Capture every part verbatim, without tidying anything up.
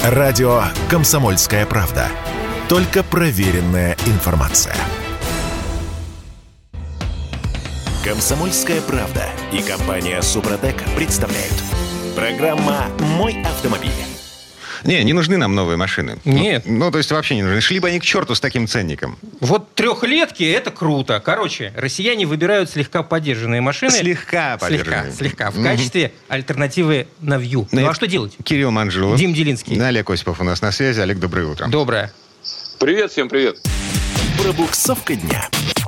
Радио «Комсомольская правда». Только проверенная информация. «Комсомольская правда» и компания «Супротек» представляют. Программа «Мой автомобиль». Не, не нужны нам новые машины. Нет. Ну, ну, то есть вообще не нужны. Шли бы они к черту с таким ценником. Вот трехлетки — это круто. Короче, россияне выбирают слегка подержанные машины. Слегка подержанные. Слегка, слегка. В качестве альтернативы Навью. Ну, Ну, а что делать? Кирилл Манжулов. Дим Делинский. Олег Осипов у нас на связи. Олег, доброе утро. Доброе. Привет, всем привет. Пробуксовка дня.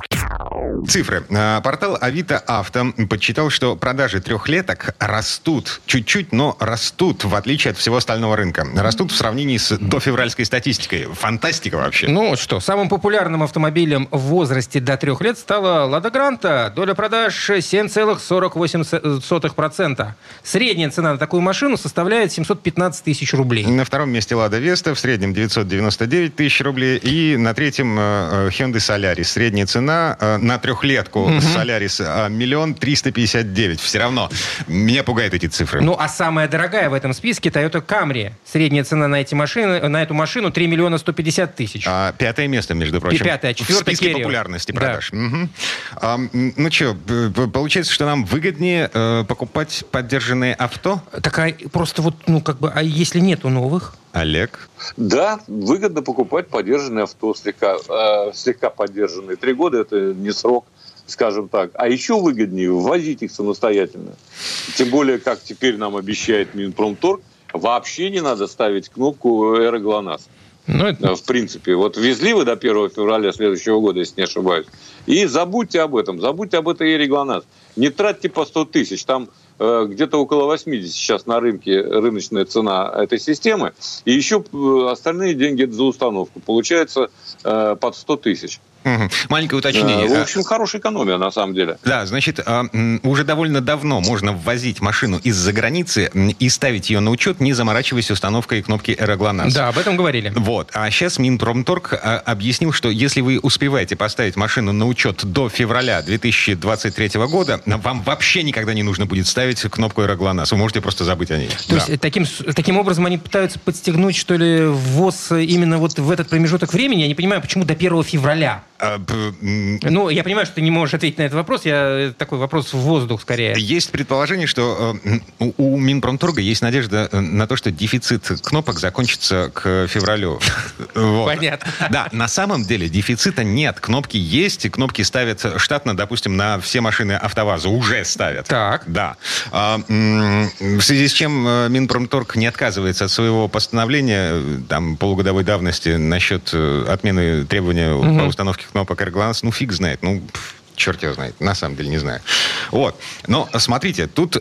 Цифры. А, Портал Авито Авто подсчитал, что продажи трехлеток растут чуть-чуть, но растут, в отличие от всего остального рынка. Растут в сравнении с дофевральской статистикой. Фантастика вообще. Ну что, самым популярным автомобилем в возрасте до трех лет стала «Лада Гранта». Доля продаж семь целых сорок восемь сотых процента. Средняя цена на такую машину составляет семьсот пятнадцать тысяч рублей. На втором месте «Лада Веста», в среднем девятьсот девяносто девять тысяч рублей. И на третьем э, Hyundai Solaris. Средняя цена э, на трехлетку Угу. Solaris миллион триста пятьдесят девять. Все равно меня пугают эти цифры. Ну, а самая дорогая в этом списке Toyota Camry. Средняя цена на, эти машины, на эту машину три миллиона сто пятьдесят тысяч. А, пятое место, между прочим. Пятое, в четвертое списке Kia Rio. популярности Да. продаж. Угу. А, ну что, получается, что нам выгоднее э, покупать поддержанные авто? Так, а просто вот, ну, как бы, а если нету новых? Олег? Да, выгодно покупать подержанное авто, слегка, э, слегка подержанные. Три года – это не срок, скажем так. А еще выгоднее ввозить их самостоятельно. Тем более, как теперь нам обещает Минпромторг, вообще не надо ставить кнопку «Эро-ГЛОНАСС». Ну, это... В принципе. Вот везли вы до первого февраля следующего года, если не ошибаюсь. И забудьте об этом. Забудьте об этой «Эре-ГЛОНАСС». Не тратьте по сто тысяч. Там э, где-то около восемьдесят сейчас на рынке рыночная цена этой системы. И еще остальные деньги за установку. Получается э, под сто тысяч. Угу. Маленькое уточнение. В общем, хорошая экономия, на самом деле. Да, значит, уже довольно давно можно ввозить машину из-за границы и ставить ее на учет, не заморачиваясь установкой кнопки «Эро-ГЛОНАСС». Да, об этом говорили. Вот. А сейчас Минпромторг объяснил, что если вы успеваете поставить машину на учет до февраля две тысячи двадцать третьего года, вам вообще никогда не нужно будет ставить кнопку «Эро-ГЛОНАСС». Вы можете просто забыть о ней. То Да. есть таким, таким образом они пытаются подстегнуть, что ли, ввоз именно вот в этот промежуток времени? Я не понимаю, почему до первого февраля? А, п- м, Ну, я понимаю, что ты не можешь ответить на этот вопрос. Я такой вопрос в воздух скорее. Есть предположение, что э, у, у Минпромторга есть надежда на то, что дефицит кнопок закончится к февралю. Вот. Понятно. Да, на самом деле дефицита нет. Кнопки есть, и кнопки ставят штатно, допустим, на все машины АвтоВАЗа. Уже ставят. Так. Да. А, м, в связи с чем э, Минпромторг не отказывается от своего постановления э, там, полугодовой давности насчет э, отмены требования Мгм. по установке кнопок «Эро-ГЛОНАСС». Ну, фиг знает. Ну, пф, черт его знает. На самом деле не знаю. Вот. Но смотрите, тут э,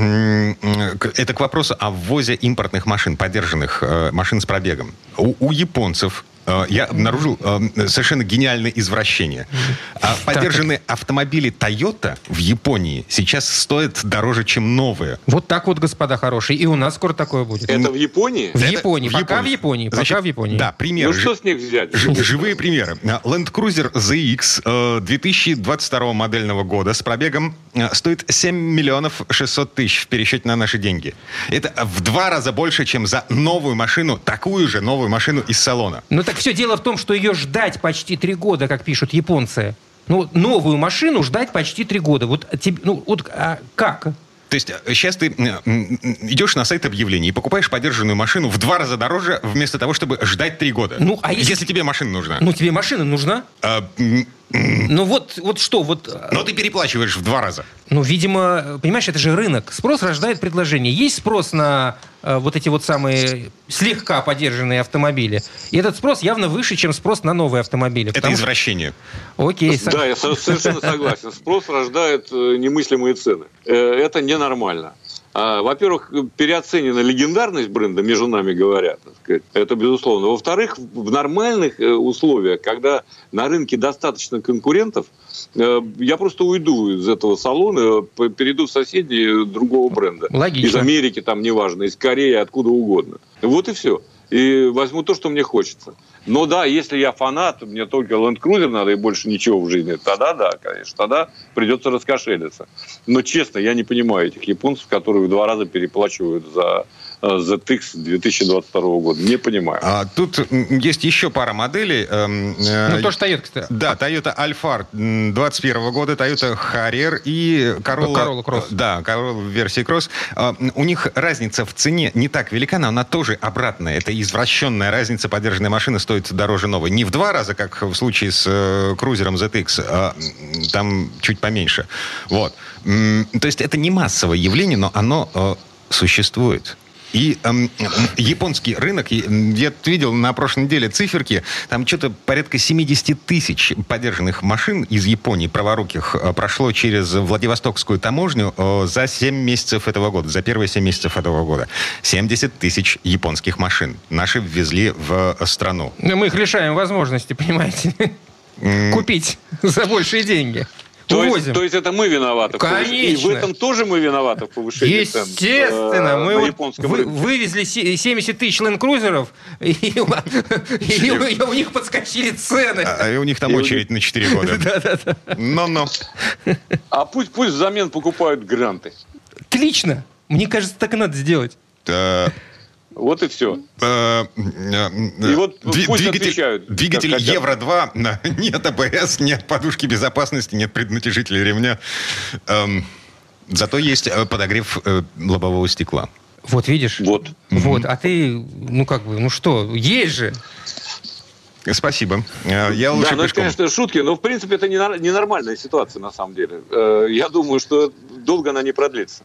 м, к- это к вопросу о ввозе импортных машин, подержанных э, машин с пробегом. У, у японцев э, я обнаружил э, совершенно гениальное извращение. А подержанные автомобили Toyota в Японии сейчас стоят дороже, чем новые. Вот так вот, господа хорошие. И у нас скоро такое будет. Это в Японии? В Это Японии. в Пока Японии. в Японии. Значит, Пока в Японии. Да, пример. Ну что с них взять? Ж- Живые примеры. Land Cruiser зет икс э, две тысячи двадцать второго модельного года с пробегом э, стоит семь миллионов шестьсот тысяч в пересчете на наши деньги. Это в два раза больше, чем за новую машину, такую же новую машину из салона. Ну так все дело в том, что ее ждать почти три года, как пишут японцы. Ну, новую машину ждать почти три года. Вот, тебе- ну, вот а как? То есть сейчас ты э, м, идешь на сайт объявлений и покупаешь подержанную машину в два раза дороже, вместо того, чтобы ждать три года. Ну, а если- если тебе машина нужна. Ну, тебе машина нужна? А, м, Ну, вот, вот что? Вот, но ты переплачиваешь в два раза. ну, видимо, понимаешь, это же рынок. Спрос рождает предложение. Есть спрос на э, вот эти вот самые слегка подержанные автомобили. И этот спрос явно выше, чем спрос на новые автомобили. Это Потому что- извращение. Окей. со- Да, я со- совершенно согласен. Спрос рождает э, немыслимые цены. Э, Это ненормально. А, Во-первых, переоценена легендарность бренда, между нами говоря, так сказать. Это безусловно. Во-вторых, в нормальных э, условиях, когда на рынке достаточно конкурентов, э, я просто уйду из этого салона, п- перейду в соседний другого бренда. Логично. Из Америки, там, неважно, из Кореи, откуда угодно. Вот и все. И возьму то, что мне хочется. Но да, если я фанат, мне только Land Cruiser надо и больше ничего в жизни, тогда да, конечно, тогда придется раскошелиться. Но честно, я не понимаю этих японцев, которые в два раза переплачивают за зет икс две тысячи двадцать второго года. Не понимаю. А, тут есть еще пара моделей. Ну, тоже Toyota, кстати. Да, Toyota Alphard двадцать первого года, Toyota Harrier и Corolla... Corolla Cross. Да, Corolla в версии Cross. А, у них разница в цене не так велика, но она тоже обратная. Это извращенная разница. Подержанная машина стоит дороже новой. Не в два раза, как в случае с э, крузером зет икс, а там чуть поменьше. Вот. То есть это не массовое явление, но оно э, существует. И эм, японский рынок, я видел на прошлой неделе циферки, там что-то порядка семьдесят тысяч подержанных машин из Японии, праворуких, прошло через Владивостокскую таможню за семь месяцев этого года, за первые семь месяцев этого года. семьдесят тысяч японских машин наши ввезли в страну. Мы их лишаем возможности, понимаете, купить за большие деньги. То есть, то есть это мы виноваты? Конечно. И в этом тоже мы виноваты в повышении цен? Естественно. Мы на вот японском вы, рынке. Вывезли семьдесят тысяч ленд-крузеров, и, и, и у них подскочили цены. А, и у них там и очередь на четыре года. Да-да-да. Но-но. А пусть, пусть взамен покупают гранты. Отлично. Мне кажется, так и надо сделать. Вот и все. Э, И вот пусть двигатель, отвечают. Двигатель Евро два, нет а бэ эс, нет подушки безопасности, нет преднатяжителя ремня. Эм, зато есть подогрев э, лобового стекла. Вот видишь? Вот. Вот. А ты, ну как бы, ну что, есть же. Спасибо. Я лучше да, ну это, пешком. конечно, шутки, но, в принципе, это ненормальная ситуация, на самом деле. Я думаю, что долго она не продлится.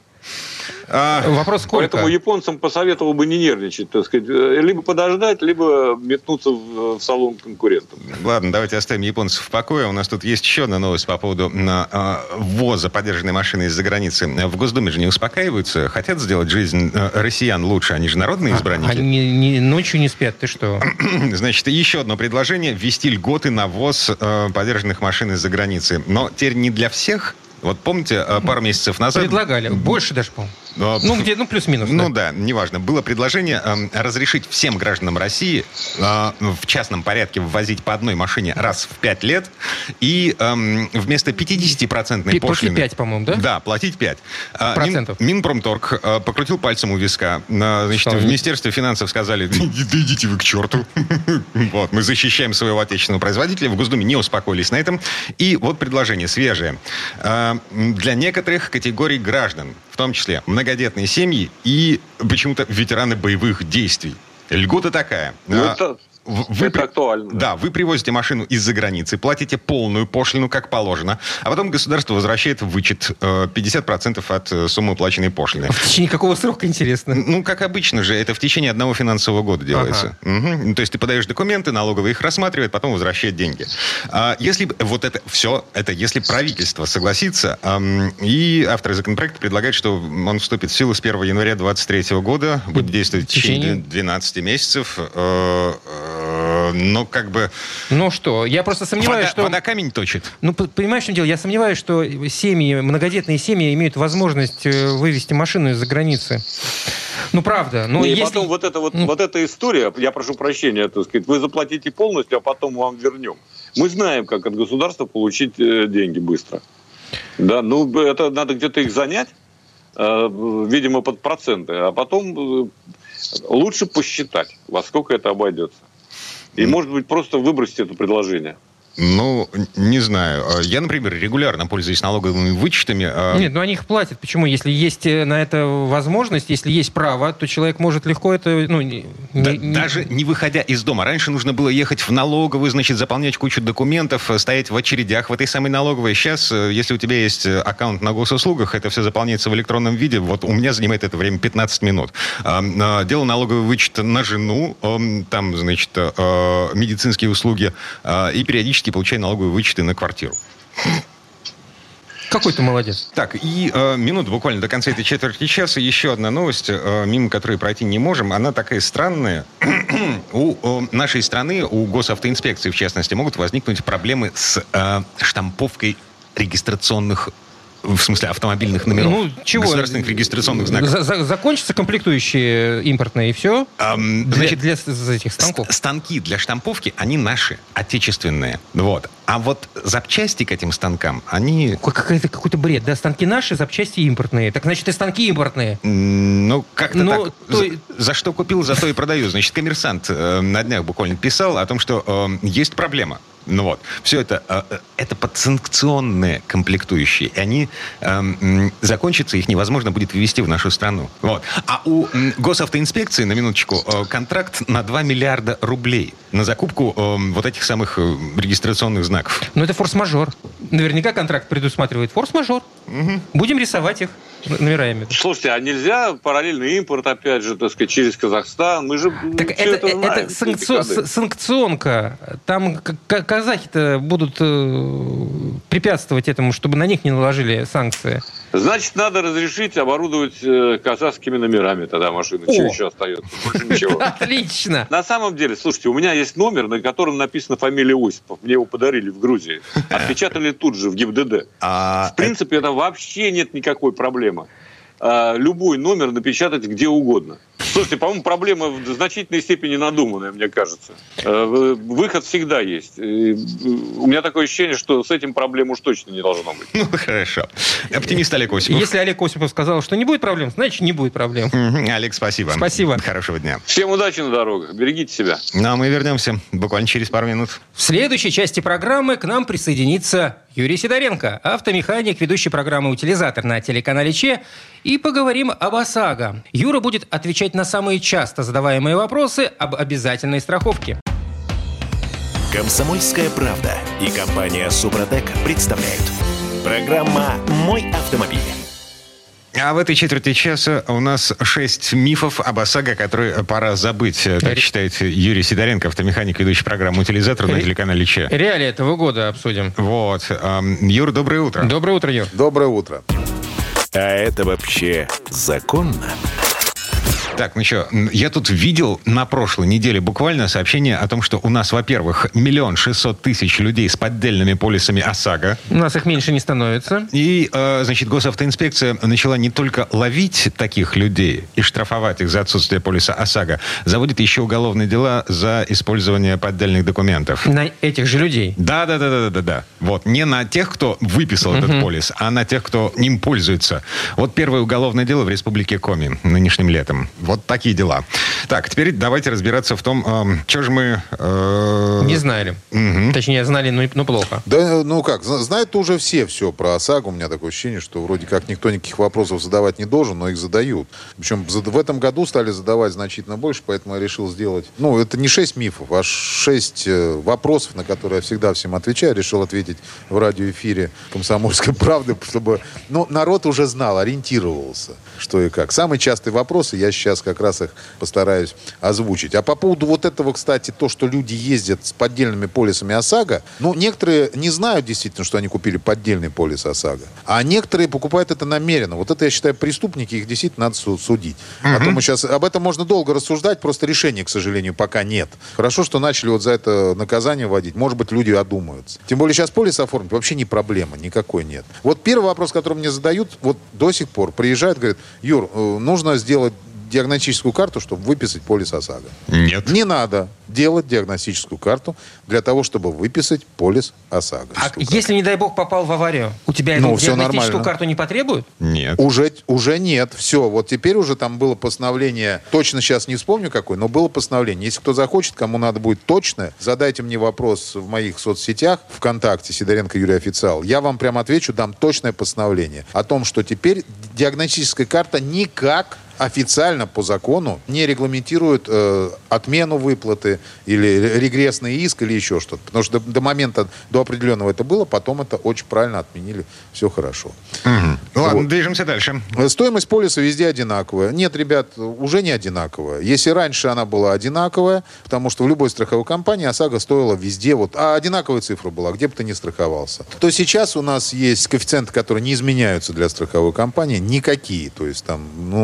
А, Вопрос сколько? Поэтому японцам посоветовал бы не нервничать, так сказать, либо подождать, либо метнуться в, в салон конкурентов. Ладно, давайте оставим японцев в покое. У нас тут есть еще одна новость по поводу а, ввоза подержанной машины из-за границы. В Госдуме же не успокаиваются, хотят сделать жизнь россиян лучше, они же народные избранники. Они не, ночью не спят, ты что? Значит, еще одно предложение: ввести льготы на ввоз э, подержанных машин из-за границы. Но теперь не для всех. Вот помните, пару месяцев назад... Предлагали. Больше даже, по-моему. Ну, где, ну, плюс-минус. Ну да, да, неважно. Было предложение э, разрешить всем гражданам России э, в частном порядке ввозить по одной машине раз в пять лет и э, вместо пятидесятипроцентной пошлины... После пять, по-моему, да? Да, платить пять. Процентов. Мин, Минпромторг э, покрутил пальцем у виска. Э, значит, в Министерстве финансов сказали: да идите вы к черту. Вот, мы защищаем своего отечественного производителя. В Госдуме не успокоились на этом. И вот предложение свежее. Э, для некоторых категорий граждан, в том числе многодетные семьи и почему-то ветераны боевых действий. Льгота такая. Ну, это, вы, это актуально. Да, вы привозите машину из-за границы, платите полную пошлину, как положено, а потом государство возвращает в вычет э, пятьдесят процентов от э, суммы уплаченной пошлины. В течение какого срока, интересно? Ну, как обычно же, это в течение одного финансового года делается. Ага. Угу. То есть ты подаешь документы, налоговая их рассматривает, потом возвращает деньги. А если вот это все, это если правительство согласится, эм, и авторы законопроекта предлагают, что он вступит в силу с первого января две тысячи двадцать третьего года, будет действовать в течение двенадцати месяцев, э, э, но как бы... Ну что, я просто сомневаюсь, вода, что... Вода камень точит. Ну, понимаешь, что дело? Я сомневаюсь, что семьи, многодетные семьи имеют возможность вывести машину из-за границы. Ну, правда. Но и если... потом вот эта, вот, ну... вот эта история, я прошу прощения, так сказать, вы заплатите полностью, а потом вам вернем. Мы знаем, как от государства получить деньги быстро. Да, ну, это надо где-то их занять, видимо, под проценты, а потом лучше посчитать, во сколько это обойдется. И, mm. может быть, просто выбросить это предложение. Ну, не знаю. Я, например, регулярно пользуюсь налоговыми вычетами. Нет, ну они их платят. Почему? Если есть на это возможность, если есть право, то человек может легко это... Ну, не, да, не... Даже не выходя из дома. Раньше нужно было ехать в налоговую, значит, заполнять кучу документов, стоять в очередях в этой самой налоговой. Сейчас, если у тебя есть аккаунт на госуслугах, это все заполняется в электронном виде. Вот у меня занимает это время пятнадцать минут. Делал налоговый вычет на жену, там, значит, медицинские услуги и периодически получаю налоговые вычеты на квартиру. Какой ты молодец. Так, и э, минут буквально до конца этой четверти часа еще одна новость, э, мимо которой пройти не можем. Она такая странная. у э, нашей страны, у госавтоинспекции, в частности, могут возникнуть проблемы с э, штамповкой регистрационных В смысле автомобильных номеров? Ну, чего? Государственных регистрационных знаков. За- за- закончатся комплектующие импортные, и все? Эм, Значит, для, для этих станков. Станки для штамповки, они наши, отечественные. Вот. А вот запчасти к этим станкам, они... Какой-то, какой-то бред, да? Станки наши, запчасти импортные. Так, значит, и станки импортные. Ну, как-то Ну, так. то- За, за что купил, за то и продаю. Значит, «Коммерсант» э, на днях буквально писал о том, что э, есть проблема. Ну вот, все это, э, это подсанкционные комплектующие. И они э, м, закончатся, их невозможно будет ввести в нашу страну. Вот. А у м, госавтоинспекции, на минуточку, э, контракт на два миллиарда рублей на закупку э, вот этих самых э, регистрационных знаков. Ну, это форс-мажор. Наверняка контракт предусматривает форс-мажор. Угу. Будем рисовать их номерами. Слушайте, а нельзя параллельный импорт, опять же, так сказать, через Казахстан? Мы же Так все это, это, знаем. это санкци- с- санкционка. Там к- к- казахи-то будут э, препятствовать этому, чтобы на них не наложили санкции. Значит, надо разрешить оборудовать э, казахскими номерами тогда машины. О! Что еще остается? Больше ничего. Отлично. На самом деле, слушайте, у меня есть номер, на котором написана фамилия Осипов. Мне его подарили в Грузии. Отпечатали тут же, в ГИБДД. А, В принципе, это вообще нет никакой проблемы. А, любой номер напечатать где угодно. Слушайте, по-моему, проблема в значительной степени надуманная, мне кажется. А, выход всегда есть. И у меня такое ощущение, что с этим проблем уж точно не должно быть. ну, хорошо. Оптимист Олег Осипов. Если Олег Осипов сказал, что не будет проблем, значит, не будет проблем. Мгм. Олег, спасибо. Спасибо. Хорошего дня. Всем удачи на дорогах. Берегите себя. Ну, а мы вернемся буквально через пару минут. В следующей части программы к нам присоединится Юрий Сидоренко, автомеханик, ведущий программы «Утилизатор» на телеканале ЧЕ. И поговорим об ОСАГО. Юра будет отвечать на самые часто задаваемые вопросы об обязательной страховке. «Комсомольская правда» и компания «Супротек» представляют. Программа «Мой автомобиль». А в этой четверти часа у нас шесть мифов об ОСАГО, которые пора забыть, так считает Юрий Сидоренко, автомеханик, ведущий программу «Утилизатор» на телеканале ЧЕ. Реалии этого года обсудим. Вот. Эм, Юр, доброе утро. Доброе утро, Юр. Доброе утро. А это вообще законно? Так, ну что, я тут видел на прошлой неделе буквально сообщение о том, что у нас, во-первых, миллион шестьсот тысяч людей с поддельными полисами ОСАГО. У нас их меньше не становится. И, э, значит, госавтоинспекция начала не только ловить таких людей и штрафовать их за отсутствие полиса ОСАГО, заводит еще уголовные дела за использование поддельных документов. На этих же людей. Да, да, да, да, да, да. Вот. Не на тех, кто выписал Мгм. этот полис, а на тех, кто им пользуется. Вот первое уголовное дело в Республике Коми нынешним летом. Вот такие дела. Так, теперь давайте разбираться в том, эм, что же мы... э, Не знали. Мгм. Точнее, знали, но, но плохо. Да, ну как, зна- знают уже все все про ОСАГО. У меня такое ощущение, что вроде как никто никаких вопросов задавать не должен, но их задают. Причем зад- в этом году стали задавать значительно больше, поэтому я решил сделать... Ну, это не шесть мифов, а шесть э, вопросов, на которые я всегда всем отвечаю. Решил ответить в радиоэфире «Комсомольской правды», чтобы... Ну, народ уже знал, ориентировался, что и как. Самые частые вопросы, я сейчас как раз их постараюсь озвучить. А по поводу вот этого, кстати, то, что люди ездят с поддельными полисами ОСАГО, ну, некоторые не знают действительно, что они купили поддельный полис ОСАГО, а некоторые покупают это намеренно. Вот это, я считаю, преступники, их действительно надо су- судить. А то мы сейчас... Об этом можно долго рассуждать, просто решения, к сожалению, пока нет. Хорошо, что начали вот за это наказание вводить. Может быть, люди одумаются. Тем более сейчас полис оформить вообще не проблема, никакой нет. Вот первый вопрос, который мне задают, вот до сих пор приезжают, говорят: Юр, э, нужно сделать диагностическую карту, чтобы выписать полис ОСАГО. Нет. Не надо делать диагностическую карту для того, чтобы выписать полис ОСАГО. А если, не дай бог, попал в аварию, у тебя Ну, эту всё диагностическую нормально. карту не потребуют? Нет. Уже, уже нет. Все. Вот теперь уже там было постановление, точно сейчас не вспомню какое, но было постановление. Если кто захочет, кому надо будет точно, задайте мне вопрос в моих соцсетях, ВКонтакте, Сидоренко Юрий Официал. Я вам прямо отвечу, дам точное постановление о том, что теперь диагностическая карта никак официально по закону не регламентирует э, отмену выплаты или регрессный иск или еще что-то. Потому что до, до момента, до определенного это было, потом это очень правильно отменили. Все хорошо. Мгм. Ладно, Вот. движемся дальше. Стоимость полиса везде одинаковая. Нет, ребят, уже не одинаковая. Если раньше она была одинаковая, потому что в любой страховой компании ОСАГО стоила везде, вот, а одинаковая цифра была, где бы ты ни страховался, то сейчас у нас есть коэффициенты, которые не изменяются для страховой компании, никакие. То есть там, ну, ну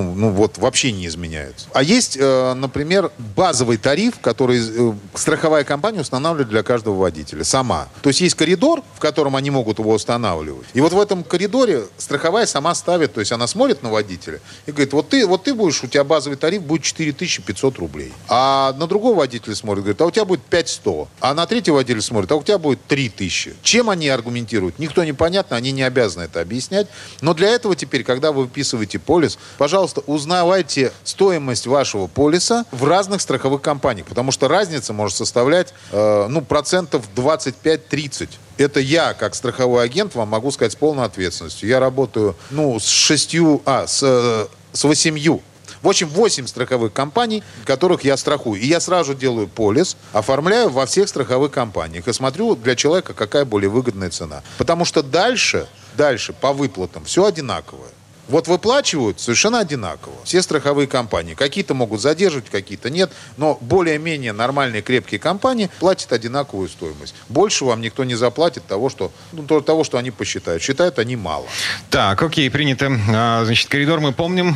вот вообще не изменяются. А есть, э, например, базовый тариф, который э, страховая компания устанавливает для каждого водителя сама. То есть есть коридор, в котором они могут его устанавливать. И вот в этом коридоре страховая сама ставит, то есть она смотрит на водителя и говорит, вот ты, вот ты будешь, у тебя базовый тариф будет четыре тысячи пятьсот рублей. А на другого водителя смотрит, говорит, а у тебя будет пять тысяч сто. А на третьего водителя смотрит, а у тебя будет три тысячи. Чем они аргументируют? Никто не понятно, они не обязаны это объяснять. Но для этого теперь, когда вы выписываете полис, пожалуйста, узнавайте стоимость вашего полиса в разных страховых компаниях, потому что разница может составлять э, ну, процентов двадцать пять - тридцать. Это я, как страховой агент, вам могу сказать с полной ответственностью. Я работаю ну, с шестью, а, с, э, с восемью. В общем, восемь страховых компаний, которых я страхую. И я сразу делаю полис, оформляю во всех страховых компаниях и смотрю для человека, какая более выгодная цена. Потому что дальше, дальше по выплатам все одинаковое. Вот выплачивают совершенно одинаково. Все страховые компании. Какие-то могут задерживать, какие-то нет. Но более-менее нормальные, крепкие компании платят одинаковую стоимость. Больше вам никто не заплатит того, что, ну, того, что они посчитают. Считают они мало. Так, окей, принято. А, значит, коридор мы помним.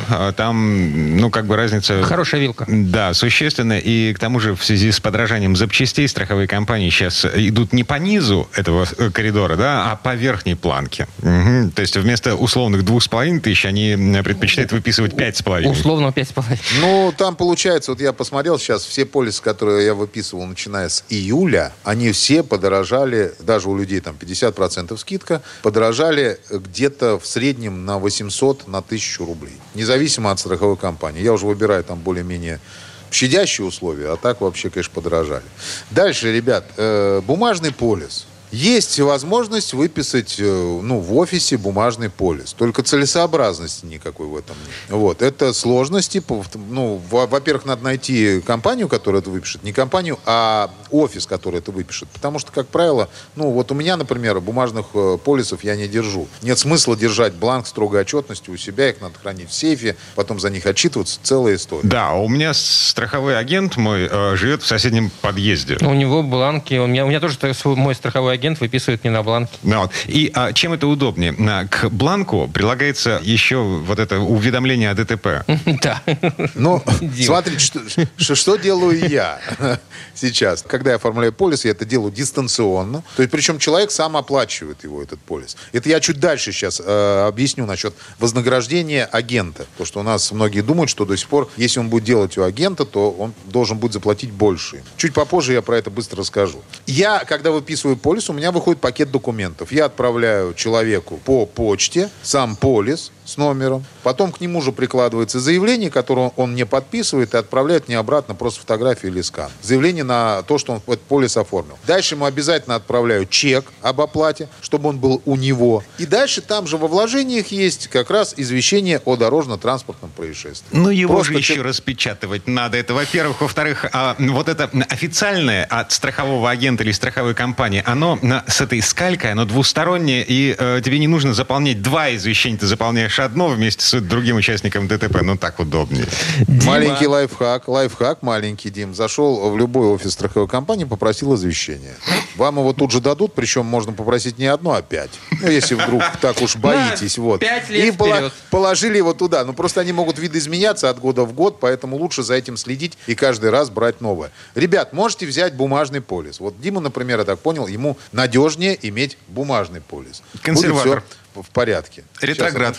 Там, ну, как бы разница... Хорошая вилка. Да, существенная. И к тому же в связи с подорожанием запчастей страховые компании сейчас идут не по низу этого коридора, да, а по верхней планке. Угу. То есть вместо условных двух с половиной тысяч они предпочитают выписывать пять с половиной. Условно пять с половиной. Ну, там получается, вот я посмотрел сейчас, все полисы, которые я выписывал, начиная с июля, они все подорожали, даже у людей там пятьдесят процентов скидка, подорожали где-то в среднем на восемьсот, на тысячу рублей. Независимо от страховой компании. Я уже выбираю там более-менее щадящие условия, а так вообще, конечно, подорожали. Дальше, ребят, э, бумажный полис. Есть возможность выписать ну, в офисе бумажный полис. Только целесообразности никакой в этом нет. Вот. Это сложности. Ну, во-первых, надо найти компанию, которая это выпишет. Не компанию, а офис, который это выпишет. Потому что, как правило, ну вот у меня, например, бумажных полисов я не держу. Нет смысла держать бланк строгой отчетности у себя. Их надо хранить в сейфе, потом за них отчитываться. Целая история. Да, у меня страховой агент мой э, живет в соседнем подъезде. У него бланки. У меня, у меня тоже мой страховой агент агент выписывает мне на бланке. Ну, вот. И а, чем это удобнее? К бланку прилагается еще вот это уведомление о ДТП. Да. Ну, смотрите, что, что делаю я сейчас. Когда я оформляю полис, я это делаю дистанционно. То есть, причем человек сам оплачивает его, этот полис. Это я чуть дальше сейчас э, объясню насчет вознаграждения агента. То, что у нас многие думают, что до сих пор, если он будет делать у агента, то он должен будет заплатить больше. Чуть попозже я про это быстро расскажу. Я, когда выписываю полис, у меня выходит пакет документов. Я отправляю человеку по почте сам полис с номером. Потом к нему же прикладывается заявление, которое он мне подписывает и отправляет мне обратно просто фотографию или скан. Заявление на то, что он этот полис оформил. Дальше ему обязательно отправляю чек об оплате, чтобы он был у него. И дальше там же во вложениях есть как раз извещение о дорожно-транспортном происшествии. Ну, его Просто же еще чек... распечатывать надо. Это, во-первых. Во-вторых, а, вот это официальное от страхового агента или страховой компании, оно на, с этой скалькой, оно двустороннее, и э, тебе не нужно заполнять два извещения, ты заполняешь одно вместе с другим участником ДТП. Ну, так удобнее. Дима. Маленький лайфхак. Лайфхак маленький, Дим. Зашел в любой офис страховой компании, попросил извещение. Вам его тут же дадут, причем можно попросить не одно, а пять. Ну, если вдруг так уж боитесь. Вот. Пять лет И вперед. положили его туда. Ну, просто они могут видоизменяться от года в год, поэтому лучше за этим следить и каждый раз брать новое. Ребят, можете взять бумажный полис. Вот Дима, например, я так понял, ему надежнее иметь бумажный полис. Консерватор. Будет все в порядке. Ретроград.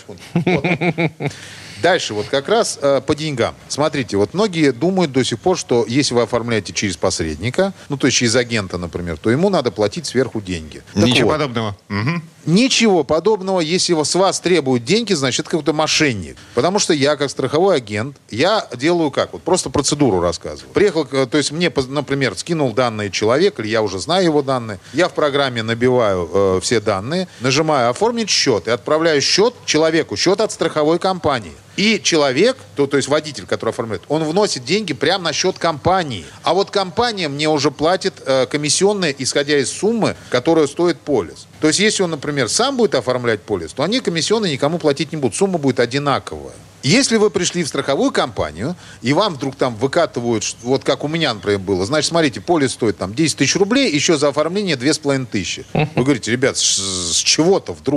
Вот. Дальше, вот как раз э, по деньгам. Смотрите, вот многие думают до сих пор, что если вы оформляете через посредника, ну, то есть через агента, например, то ему надо платить сверху деньги. Так Ничего вот, подобного. Угу. Ничего подобного. Если с вас требуют деньги, значит, это какой-то мошенник. Потому что я, как страховой агент, я делаю как? Вот просто процедуру рассказываю. Приехал, то есть мне, например, скинул данные человек, или я уже знаю его данные, я в программе набиваю э, все данные, нажимаю «Оформить счет» и отправляю счет человеку, счет от страховой компании. И человек, то, то есть водитель, который оформляет, он вносит деньги прямо на счет компании. А вот компания мне уже платит э, комиссионные, исходя из суммы, которая стоит полис. То есть если он, например, сам будет оформлять полис, то они комиссионные никому платить не будут. Сумма будет одинаковая. Если вы пришли в страховую компанию, и вам вдруг там выкатывают, вот как у меня, например, было, значит, смотрите, полис стоит там десять тысяч рублей, еще за оформление две с половиной тысячи. Вы говорите, ребят, с, с чего-то вдруг?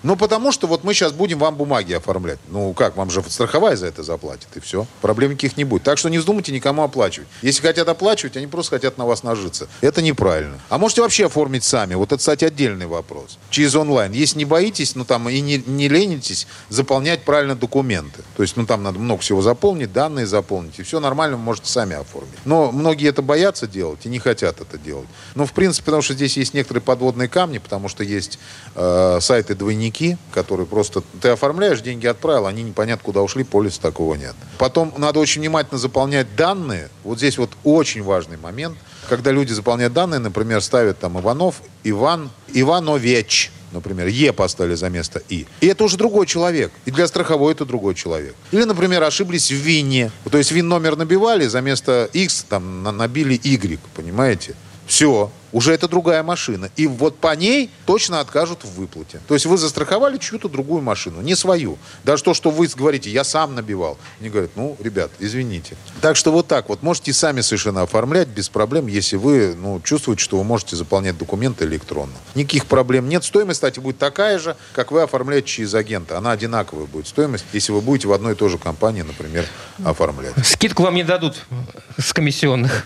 Ну, потому что вот мы сейчас будем вам бумаги оформлять. Ну, как, вам же страховая за это заплатит, и все. Проблем никаких не будет. Так что не вздумайте никому оплачивать. Если хотят оплачивать, они просто хотят на вас нажиться. Это неправильно. А можете вообще оформить сами. Вот это, кстати, отдельный вопрос. Через онлайн. Если не боитесь, ну, там, и не, не ленитесь заполнять правильно документы. То есть, ну, там надо много всего заполнить, данные заполнить, и все нормально, вы можете сами оформить. Но многие это боятся делать и не хотят это делать. Ну, в принципе, потому что здесь есть некоторые подводные камни, потому что есть э, сайты-двойники, которые просто ты оформляешь, деньги отправил, они непонятно куда ушли, полиса такого нет. Потом надо очень внимательно заполнять данные. Вот здесь вот очень важный момент. Когда люди заполняют данные, например, ставят там Иванов, Иван, Иванович, например, Е поставили за место И. И это уже другой человек. И для страховой это другой человек. Или, например, ошиблись в ВИНе. То есть ВИН-номер набивали, за место X там набили Y, понимаете? Все. Уже это другая машина. И вот по ней точно откажут в выплате. То есть вы застраховали чью-то другую машину, не свою. Даже то, что вы говорите, я сам набивал. Они говорят, ну, ребят, извините. Так что вот так вот. Можете сами совершенно оформлять без проблем, если вы ну, чувствуете, что вы можете заполнять документы электронно. Никаких проблем нет. Стоимость, кстати, будет такая же, как вы оформляете через агента. Она одинаковая будет стоимость, если вы будете в одной и той же компании, например, оформлять. Скидку вам не дадут с комиссионных?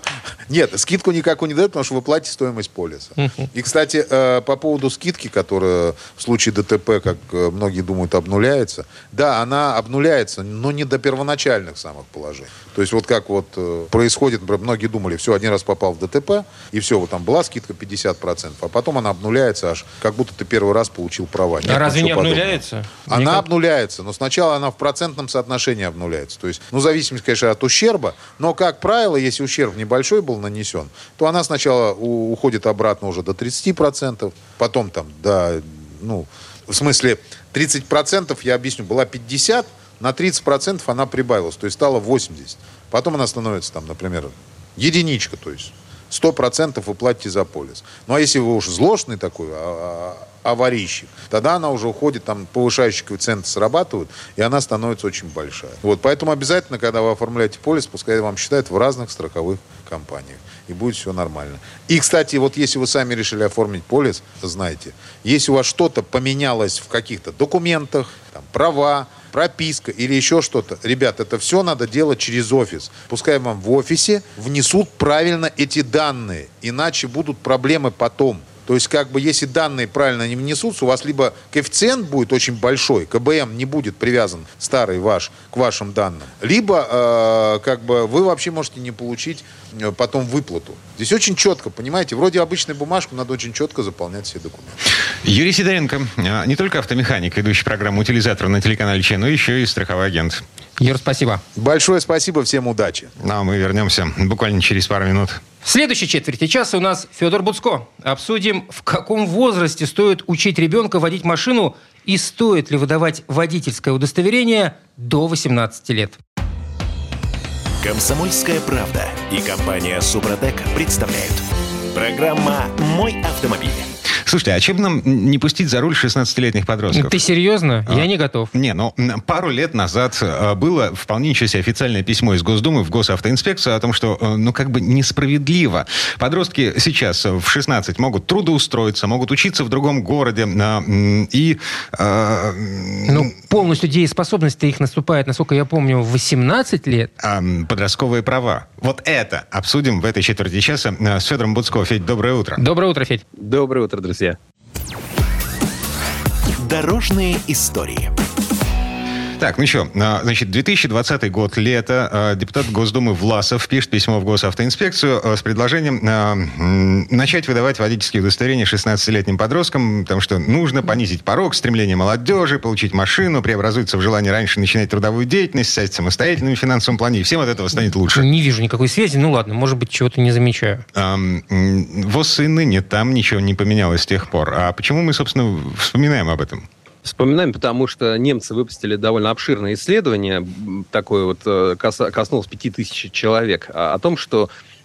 Нет, скидку никакую не дают, потому что вы платите стоимость полиса. И, кстати, по поводу скидки, которая в случае ДТП, как многие думают, обнуляется. Да, она обнуляется, но не до первоначальных самых положений. То есть вот как вот происходит, многие думали, все, один раз попал в ДТП, и все, вот там была скидка пятьдесят процентов, а потом она обнуляется аж, как будто ты первый раз получил права. Нет, а разве не подобного. обнуляется? Она Никак... обнуляется, но сначала она в процентном соотношении обнуляется. То есть, ну, в зависимости, конечно, от ущерба, но, как правило, если ущерб небольшой был нанесен, то она сначала у, уходит обратно уже до тридцати процентов, потом там до, ну, в смысле, тридцать процентов, я объясню, была пятьдесят, на тридцать процентов она прибавилась, то есть стала восемьдесят. Потом она становится, там, например, единичка, то есть сто процентов вы платите за полис. Ну, а если вы уж злостный такой, а, а, аварийщик, тогда она уже уходит, там повышающие коэффициенты срабатывают, и она становится очень большая. Вот, поэтому обязательно, когда вы оформляете полис, пускай вам считают в разных страховых компаниях. И будет все нормально. И, кстати, вот если вы сами решили оформить полис, знаете, если у вас что-то поменялось в каких-то документах, там, права, прописка или еще что-то, ребят, это все надо делать через офис. Пускай вам в офисе внесут правильно эти данные, иначе будут проблемы потом. То есть, как бы, если данные правильно не внесутся, у вас либо коэффициент будет очень большой, ка бэ эм не будет привязан, старый ваш, к вашим данным, либо, э, как бы, вы вообще можете не получить э, потом выплату. Здесь очень четко, понимаете, вроде обычной бумажку, надо очень четко заполнять все документы. Юрий Сидоренко, не только автомеханик, ведущий программу «Утилизатор» на телеканале ЧЕ, но еще и страховой агент. Юр, спасибо. Большое спасибо, всем удачи. Ну, а мы вернемся буквально через пару минут. В следующей четверти часа у нас Федор Буцко. Обсудим, в каком возрасте стоит учить ребенка водить машину и стоит ли выдавать водительское удостоверение до восемнадцати лет. «Комсомольская правда» и компания «Супротек» представляют. Программа «Мой автомобиль». Слушайте, а чем нам не пустить за руль шестнадцатилетних подростков? Ты серьезно? А? Я не готов. Не, ну, пару лет назад было вполне ничего себе официальное письмо из Госдумы в Госавтоинспекцию о том, что, ну, как бы несправедливо. Подростки сейчас в шестнадцать могут трудоустроиться, могут учиться в другом городе и... Э, ну, полностью дееспособность-то их наступает, насколько я помню, в восемнадцать лет. Э, подростковые права. Вот это обсудим в этой четверти часа с Федором Буцко. Федь, доброе утро. Доброе утро, Федь. Доброе утро, друзья. Дорожные истории. Так, ну что, значит, две тысячи двадцатый год, лето, депутат Госдумы Власов пишет письмо в Госавтоинспекцию с предложением начать выдавать водительские удостоверения шестнадцатилетним подросткам, потому что нужно понизить порог, стремление молодежи, получить машину, преобразуется в желание раньше начинать трудовую деятельность, стать самостоятельным в финансовом плане, и всем от этого станет лучше. Не вижу никакой связи, ну ладно, может быть, чего-то не замечаю. ВОЗ и ныне, там ничего не поменялось с тех пор. А почему мы, собственно, вспоминаем об этом? Вспоминаем, потому что немцы выпустили довольно обширное исследование, такое вот коснулось пяти тысяч человек, о том, что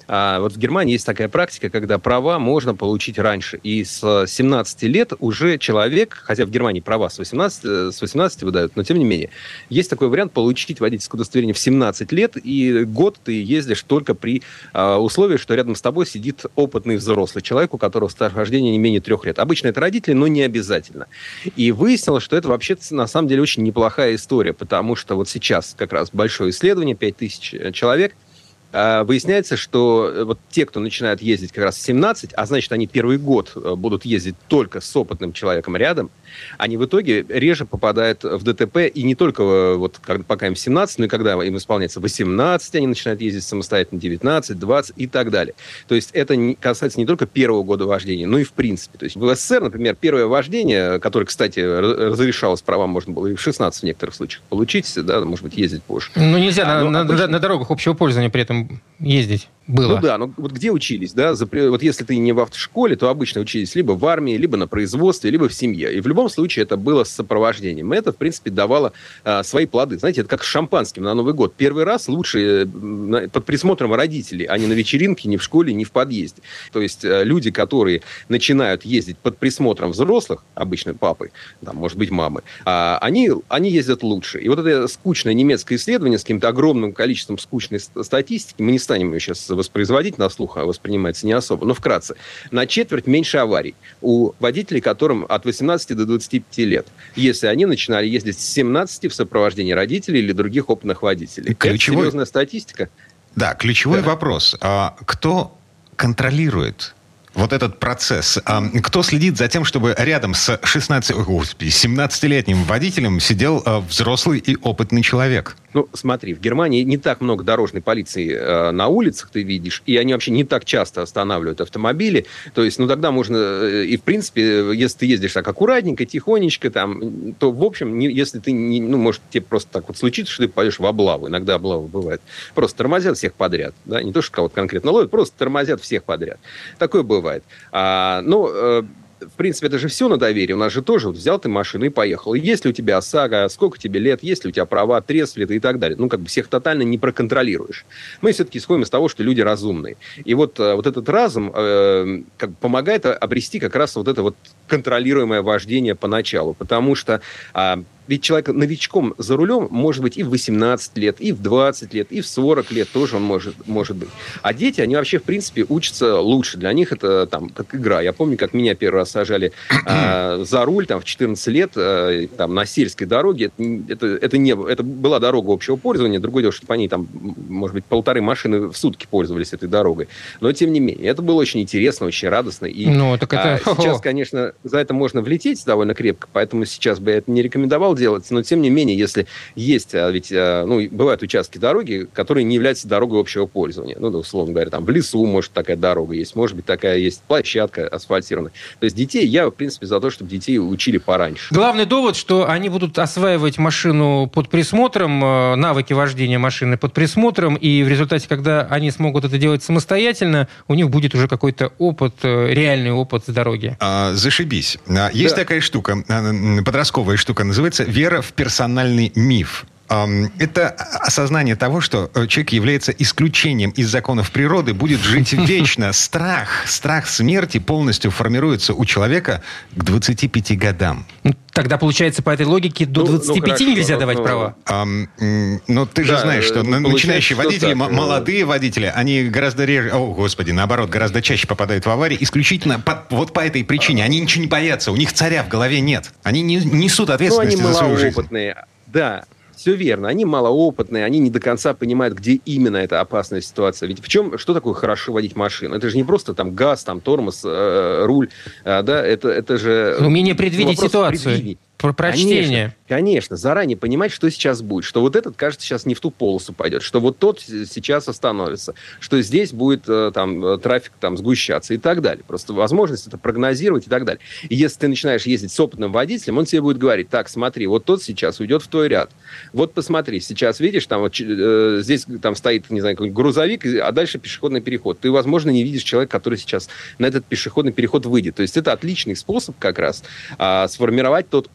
А вот в Германии есть такая практика, когда права можно получить раньше. И с семнадцати лет уже человек, хотя в Германии права с восемнадцати, с восемнадцати выдают, но тем не менее, есть такой вариант получить водительское удостоверение в семнадцать лет, и год ты ездишь только при а, условии, что рядом с тобой сидит опытный взрослый человек, у которого стаж вождения не менее трех лет. Обычно это родители, но не обязательно. И выяснилось, что это вообще на самом деле очень неплохая история, потому что вот сейчас как раз большое исследование, пять тысяч человек, выясняется, что вот те, кто начинают ездить как раз в семнадцать, а значит, они первый год будут ездить только с опытным человеком рядом, они в итоге реже попадают в ДТП, и не только вот пока им семнадцать, но и когда им исполняется восемнадцать, они начинают ездить самостоятельно, девятнадцать, двадцать и так далее. То есть это касается не только первого года вождения, но и в принципе. То есть в СССР, например, первое вождение, которое, кстати, разрешалось правам, можно было и в шестнадцать в некоторых случаях получить, да, может быть, ездить позже. Ну, нельзя а, на, на, обычно... на дорогах общего пользования при этом ездить. Было. Ну да, ну вот где учились, да? Вот если ты не в автошколе, то обычно учились либо в армии, либо на производстве, либо в семье. И в любом случае это было с сопровождением. Это, в принципе, давало а, свои плоды. Знаете, это как с шампанским на Новый год. Первый раз лучше под присмотром родителей, а не на вечеринке, ни в школе, ни в подъезде. То есть люди, которые начинают ездить под присмотром взрослых, обычно папы, там, может быть, мамы, а, они, они ездят лучше. И вот это скучное немецкое исследование с каким-то огромным количеством скучной статистики, мы не станем ее сейчас воспроизводить на слух, а воспринимается не особо. Но вкратце. На четверть меньше аварий у водителей, которым от восемнадцати до двадцати пяти лет, если они начинали ездить с семнадцати в сопровождении родителей или других опытных водителей. Ключевой... Это серьезная статистика. Да, ключевой да. вопрос. А кто контролирует вот этот процесс? А кто следит за тем, чтобы рядом с шестнадцати, господи, семнадцатилетним водителем сидел а, взрослый и опытный человек? Ну, смотри, в Германии не так много дорожной полиции э, на улицах ты видишь, и они вообще не так часто останавливают автомобили. То есть, ну, тогда можно... Э, и, в принципе, если ты ездишь так аккуратненько, тихонечко, там, то, в общем, не, если ты... Не, ну, может, тебе просто так вот случится, что ты пойдешь в облаву. Иногда облавы бывает. Просто тормозят всех подряд. Да? Не то, что кого-то конкретно ловят, просто тормозят всех подряд. Такое бывает. А, ну... Э, в принципе, это же все на доверии. У нас же тоже вот взял ты машину и поехал. И есть ли у тебя ОСАГО, сколько тебе лет, есть ли у тебя права, трезв ли ты и так далее. Ну, как бы всех тотально не проконтролируешь. Мы все-таки исходим из того, что люди разумные. И вот, вот этот разум э, как бы помогает обрести как раз вот это вот контролируемое вождение поначалу. Потому что э, ведь человек новичком за рулем может быть и в восемнадцать лет, и в двадцать лет, и в сорок лет тоже он может, может быть. А дети, они вообще, в принципе, учатся лучше. Для них это там как игра. Я помню, как меня первый раз сажали э, за руль там, в четырнадцать лет э, там, на сельской дороге. Это, это, не, это была дорога общего пользования. Другое дело, что по ней там, может быть, полторы машины в сутки пользовались этой дорогой. Но, тем не менее, это было очень интересно, очень радостно. И ну, так это... а, сейчас, конечно, за это можно влететь довольно крепко, поэтому сейчас бы я это не рекомендовал делать. Но, тем не менее, если есть, ведь ну, бывают участки дороги, которые не являются дорогой общего пользования. Ну, условно говоря, там в лесу, может, такая дорога есть, может быть, такая есть площадка асфальтированная. То есть детей, я, в принципе, за то, чтобы детей учили пораньше. Главный довод, что они будут осваивать машину под присмотром, навыки вождения машины под присмотром, и в результате, когда они смогут это делать самостоятельно, у них будет уже какой-то опыт, реальный опыт с дороги. А, зашибись. Есть да. такая штука, подростковая штука, называется «вера в персональный миф». Это осознание того, что человек является исключением из законов природы, будет жить вечно. Страх, страх смерти полностью формируется у человека к двадцати пяти годам. Тогда, получается, по этой логике до двадцати пяти ну, нельзя давать ну, права? А, ну, ты же да, знаешь, что начинающие водители, так, молодые да. водители, они гораздо реже, о, господи, наоборот, гораздо чаще попадают в аварии исключительно по, вот по этой причине. Они ничего не боятся, у них царя в голове нет. Они не несут ответственности ну, за свою жизнь. Малоопытные, да. Все верно. Они малоопытные, они не до конца понимают, где именно эта опасная ситуация. Ведь в чем, что такое хорошо водить машину? Это же не просто там газ, там тормоз, э, руль, э, да, это, это же... Умение предвидеть ситуацию. Про прочтение. Конечно, конечно, заранее понимать, что сейчас будет. Что вот этот, кажется, сейчас не в ту полосу пойдет. Что вот тот сейчас остановится. Что здесь будет там, трафик там, сгущаться и так далее. Просто возможность это прогнозировать и так далее. И если ты начинаешь ездить с опытным водителем, он тебе будет говорить: так, смотри, вот тот сейчас уйдет в твой ряд. Вот посмотри, сейчас видишь, там вот, э, здесь там стоит, не знаю, какой-нибудь грузовик, а дальше пешеходный переход. Ты, возможно, не видишь человека, который сейчас на этот пешеходный переход выйдет. То есть это отличный способ как раз а, сформировать тот опыт,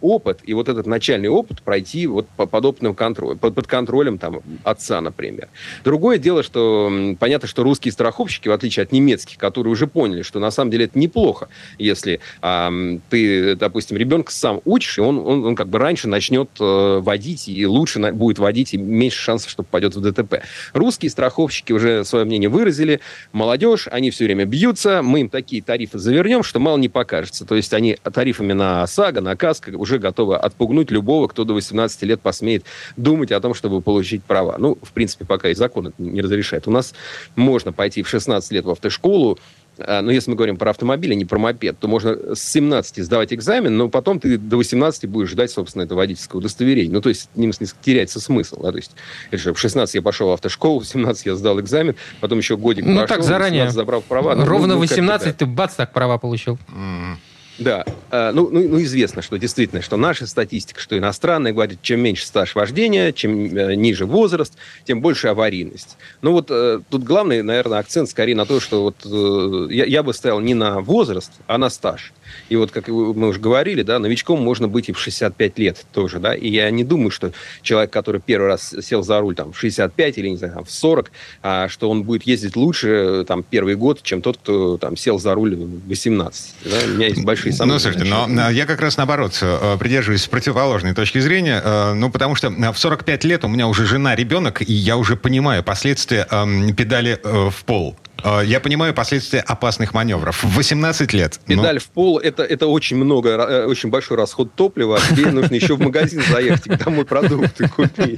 опыт, и вот этот начальный опыт пройти вот по подобным контролем, под, под контролем там, отца, например. Другое дело, что понятно, что русские страховщики, в отличие от немецких, которые уже поняли, что на самом деле это неплохо, если а, ты, допустим, ребенка сам учишь, и он, он, он как бы раньше начнет э, водить, и лучше на, будет водить, и меньше шансов, что попадет в ДТП. Русские страховщики уже свое мнение выразили. Молодежь, они все время бьются, мы им такие тарифы завернем, что мало не покажется. То есть они тарифами на ОСАГО, на КАСКО уже готовы отпугнуть любого, кто до восемнадцати лет посмеет думать о том, чтобы получить права. Ну, в принципе, пока и закон это не разрешает. У нас можно пойти в шестнадцать лет в автошколу, но если мы говорим про автомобиль, а не про мопед, то можно с семнадцати сдавать экзамен, но потом ты до восемнадцати будешь ждать, собственно, это водительское удостоверение. Ну, то есть, не теряется смысл. Да? То есть, в шестнадцать я пошел в автошколу, в семнадцать я сдал экзамен, потом еще годик ну, прошел, так заранее. забрав права. Ну, ровно ну, восемнадцать ты, бац, так права получил. Mm. Да, ну, ну, ну известно, что действительно, что наша статистика, что иностранная, говорит, чем меньше стаж вождения, чем ниже возраст, тем больше аварийность. Ну вот тут главный, наверное, акцент скорее на то, что вот я, я бы ставил не на возраст, а на стаж. И вот, как мы уже говорили, да, новичком можно быть и в шестьдесят пять лет тоже, да, и я не думаю, что человек, который первый раз сел за руль там в шестьдесят пять или, не знаю, там, в сорок, а, что он будет ездить лучше там первый год, чем тот, кто там сел за руль в восемнадцать. Да? У меня есть большие сомнения. Ну, слушайте, но я как раз наоборот придерживаюсь противоположной точки зрения, ну, потому что в сорок пять лет у меня уже жена, ребенок, и я уже понимаю последствия э, педали э, в пол. Я понимаю последствия опасных маневров. В восемнадцать лет. Педаль ну... в пол это, – это очень много, очень большой расход топлива. А тебе нужно еще в магазин заехать и домой продукты купить.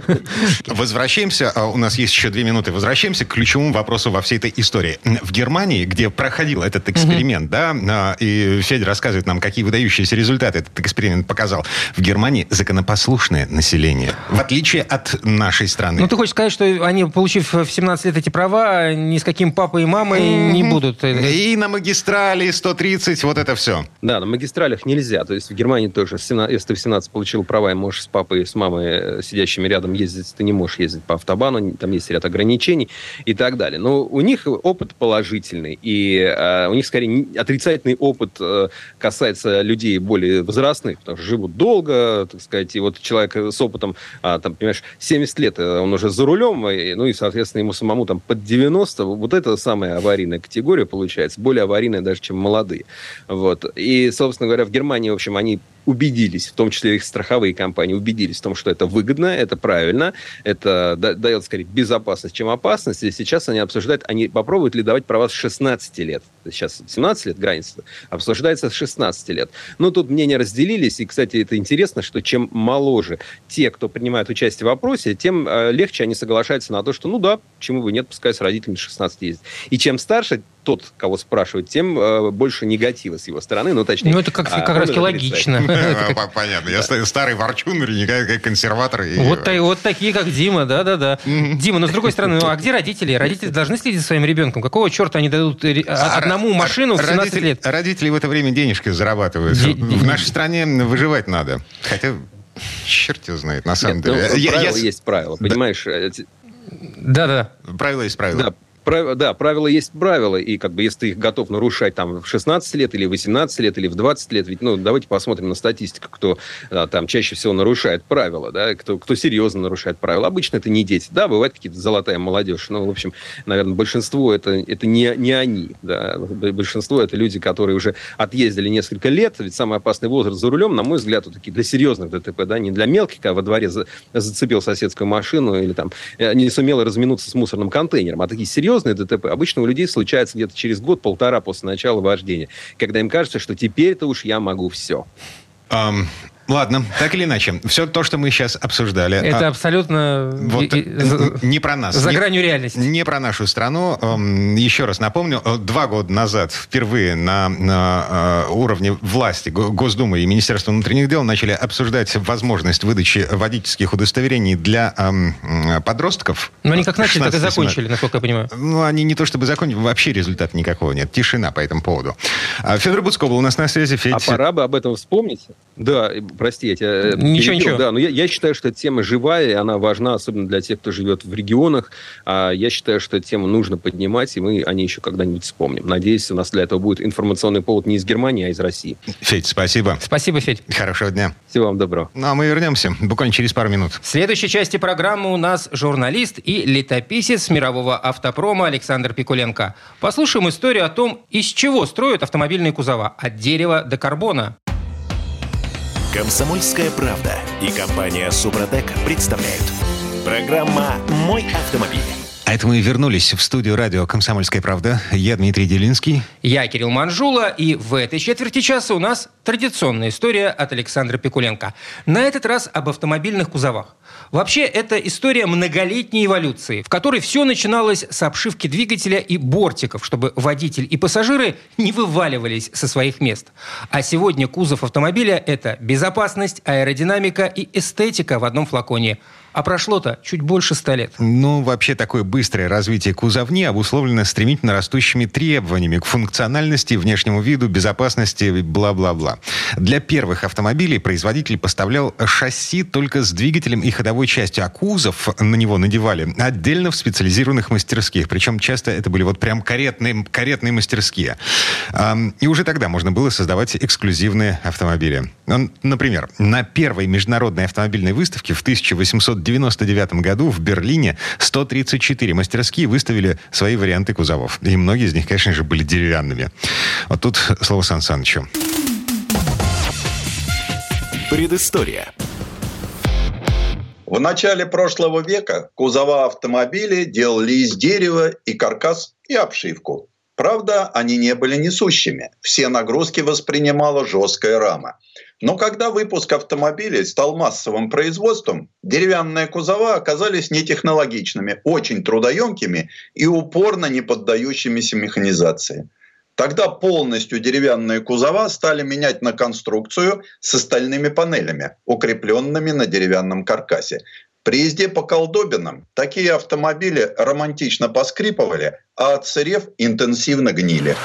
Возвращаемся. У нас есть еще две минуты. Возвращаемся к ключевому вопросу во всей этой истории. В Германии, где проходил этот эксперимент, mm-hmm. да, и Федя рассказывает нам, какие выдающиеся результаты этот эксперимент показал. В Германии законопослушное население. В отличие от нашей страны. Ну, ты хочешь сказать, что они, получив в семнадцать лет эти права, ни с каким папой и мамой mm-hmm. не будут. И на магистрали сто тридцать, вот это все. Да, на магистралях нельзя. То есть в Германии тоже, если ты в семнадцать получил права и можешь с папой и с мамой, сидящими рядом, ездить, ты не можешь ездить по автобану, там есть ряд ограничений и так далее. Но у них опыт положительный. И э, у них, скорее, отрицательный опыт э, касается людей более возрастных, потому что живут долго, так сказать. И вот человек с опытом, э, там, понимаешь, семьдесят лет, он уже за рулем, и, ну и, соответственно, ему самому там под девяносто, вот это самая аварийная категория получается, более аварийная даже, чем молодые. Вот. И, собственно говоря, в Германии, в общем, они убедились, в том числе их страховые компании, убедились в том, что это выгодно, это правильно, это дает, скорее, безопасность, чем опасность. И сейчас они обсуждают, они попробуют ли давать права с шестнадцати лет. Сейчас семнадцать лет граница, обсуждается с шестнадцати лет. Но тут мнения разделились, и, кстати, это интересно, что чем моложе те, кто принимает участие в вопросе, тем э, легче они соглашаются на то, что, ну да, почему бы нет, пускай с родителями шестнадцати ездить. И чем старше тот, кого спрашивают, тем э, больше негатива с его стороны, ну, точнее... Ну, это как, а, как раз логично. Понятно. Я старый ворчун, наверняка консерватор. Вот такие, как Дима, да-да-да. Дима, но с другой стороны, а где родители? Родители должны следить за своим ребенком. Какого черта они дадут одному машину в семнадцать лет? Родители в это время денежки зарабатывают. В нашей стране выживать надо. Хотя, черт его знает, на самом деле. Правило есть правило, понимаешь? Да-да. Правило есть правило. Да. Да, правила есть правила, и как бы если ты их готов нарушать там в шестнадцать лет, или в восемнадцать лет, или в двадцать лет, ведь, ну, давайте посмотрим на статистику, кто а, там чаще всего нарушает правила, да, кто, кто серьезно нарушает правила. Обычно это не дети, да, бывает какие-то золотая молодежь, но, в общем, наверное, большинство это, это не, не они, да, большинство это люди, которые уже отъездили несколько лет, ведь самый опасный возраст за рулем, на мой взгляд, вот такие для серьезных ДТП, да, не для мелких, когда во дворе за, зацепил соседскую машину или там не сумел разминуться с мусорным контейнером, а такие серьезные ДТП обычно у людей случается где-то через год-полтора после начала вождения, когда им кажется, что теперь-то уж я могу все. Um... Ладно, так или иначе, все то, что мы сейчас обсуждали... Это а, абсолютно вот, и, не про нас. За не, гранью реальности. Не про нашу страну. Еще раз напомню, два года назад впервые на, на уровне власти Госдумы и Министерства внутренних дел начали обсуждать возможность выдачи водительских удостоверений для эм, подростков. Но они как начали, так и закончили, насколько я понимаю. Ну, они не то чтобы закончили, вообще результата никакого нет. Тишина по этому поводу. Федор Буцко был у нас на связи. Федь... А пора бы об этом вспомнить. Да, Прости, я тебя Ничего, перебил. ничего. Да, но я, я считаю, что эта тема живая, и она важна, особенно для тех, кто живет в регионах. А я считаю, что эту тему нужно поднимать, и мы о ней еще когда-нибудь вспомним. Надеюсь, у нас для этого будет информационный повод не из Германии, а из России. Федь, спасибо. Спасибо, Федь. Хорошего дня. Всего вам доброго. Ну, а мы вернемся буквально через пару минут. В следующей части программы у нас журналист и летописец мирового автопрома Александр Пикуленко. Послушаем историю о том, из чего строят автомобильные кузова. От дерева до карбона. «Комсомольская правда» и компания «Супротек» представляют. Программа «Мой автомобиль». А это мы вернулись в студию радио «Комсомольская правда». Я Дмитрий Делинский. Я Кирилл Манжула, и в этой четверти часа у нас традиционная история от Александра Пикуленко. На этот раз об автомобильных кузовах. Вообще, это история многолетней эволюции, в которой все начиналось с обшивки двигателя и бортиков, чтобы водитель и пассажиры не вываливались со своих мест. А сегодня кузов автомобиля – это безопасность, аэродинамика и эстетика в одном флаконе. А прошло-то чуть больше ста лет. Ну, вообще, такое быстрое развитие кузовни обусловлено стремительно растущими требованиями к функциональности, внешнему виду, безопасности, бла-бла-бла. Для первых автомобилей производитель поставлял шасси только с двигателем и ходовой частью, а кузов на него надевали отдельно в специализированных мастерских. Причем часто это были вот прям каретные, каретные мастерские. И уже тогда можно было создавать эксклюзивные автомобили. Например, на первой международной автомобильной выставке в тысяча восемьсот девяносто девятом году в Берлине сто тридцать четыре мастерские выставили свои варианты кузовов. И многие из них, конечно же, были деревянными. Вот тут слово Сан Санычу. Предыстория. В начале прошлого века кузова автомобилей делали из дерева и каркас, и обшивку. Правда, они не были несущими. Все нагрузки воспринимала жесткая рама. Но когда выпуск автомобилей стал массовым производством, деревянные кузова оказались нетехнологичными, очень трудоемкими и упорно не поддающимися механизации. Тогда полностью деревянные кузова стали менять на конструкцию с стальными панелями, укрепленными на деревянном каркасе. При езде по колдобинам такие автомобили романтично поскрипывали, а отсырев интенсивно гнили.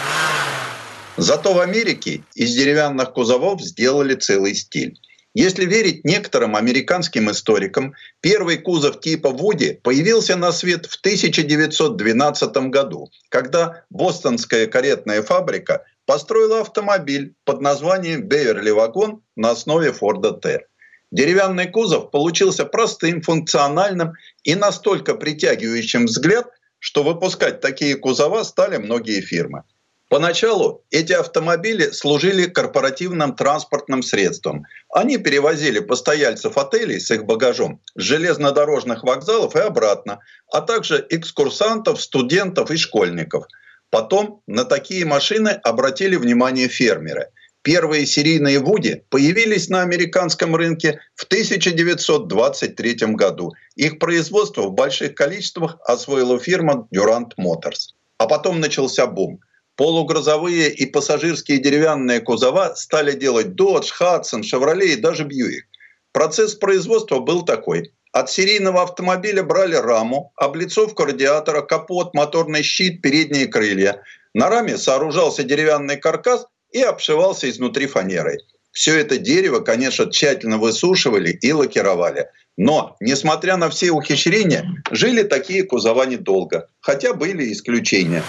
Зато в Америке из деревянных кузовов сделали целый стиль. Если верить некоторым американским историкам, первый кузов типа Вуди появился на свет в тысяча девятьсот двенадцатом году, когда бостонская каретная фабрика построила автомобиль под названием «Беверли-вагон» на основе Форда Т. Деревянный кузов получился простым, функциональным и настолько притягивающим взгляд, что выпускать такие кузова стали многие фирмы. Поначалу эти автомобили служили корпоративным транспортным средством. Они перевозили постояльцев отелей с их багажом с железнодорожных вокзалов и обратно, а также экскурсантов, студентов и школьников. Потом на такие машины обратили внимание фермеры. Первые серийные Вуди появились на американском рынке в тысяча девятьсот двадцать третьем году. Их производство в больших количествах освоила фирма Durant Motors. А потом начался бум. Полугрузовые и пассажирские деревянные кузова стали делать Dodge, Hudson, Chevrolet и даже Buick. Процесс производства был такой. От серийного автомобиля брали раму, облицовку радиатора, капот, моторный щит, передние крылья. На раме сооружался деревянный каркас и обшивался изнутри фанерой. Все это дерево, конечно, тщательно высушивали и лакировали. Но, несмотря на все ухищрения, жили такие кузова недолго. Хотя были исключения.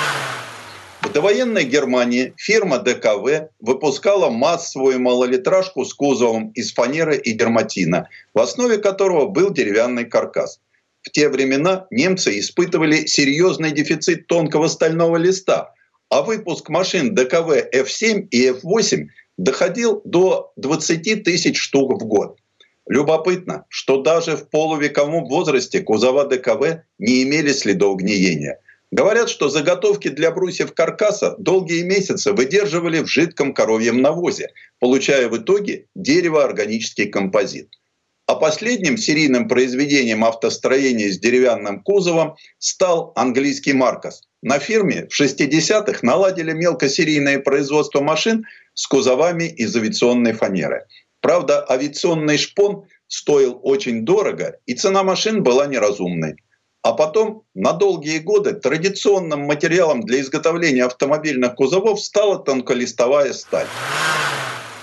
В довоенной Германии фирма Дэ Ка Вэ выпускала массовую малолитражку с кузовом из фанеры и дерматина, в основе которого был деревянный каркас. В те времена немцы испытывали серьезный дефицит тонкого стального листа, а выпуск машин Дэ Ка Вэ Эф семь и Эф восемь доходил до двадцати тысяч штук в год. Любопытно, что даже в полувековом возрасте кузова Дэ Ка Вэ не имели следов гниения. Говорят, что заготовки для брусьев каркаса долгие месяцы выдерживали в жидком коровьем навозе, получая в итоге дерево-органический композит. А последним серийным произведением автостроения с деревянным кузовом стал английский Маркос. На фирме в шестидесятых наладили мелкосерийное производство машин с кузовами из авиационной фанеры. Правда, авиационный шпон стоил очень дорого, и цена машин была неразумной. А потом на долгие годы традиционным материалом для изготовления автомобильных кузовов стала тонколистовая сталь.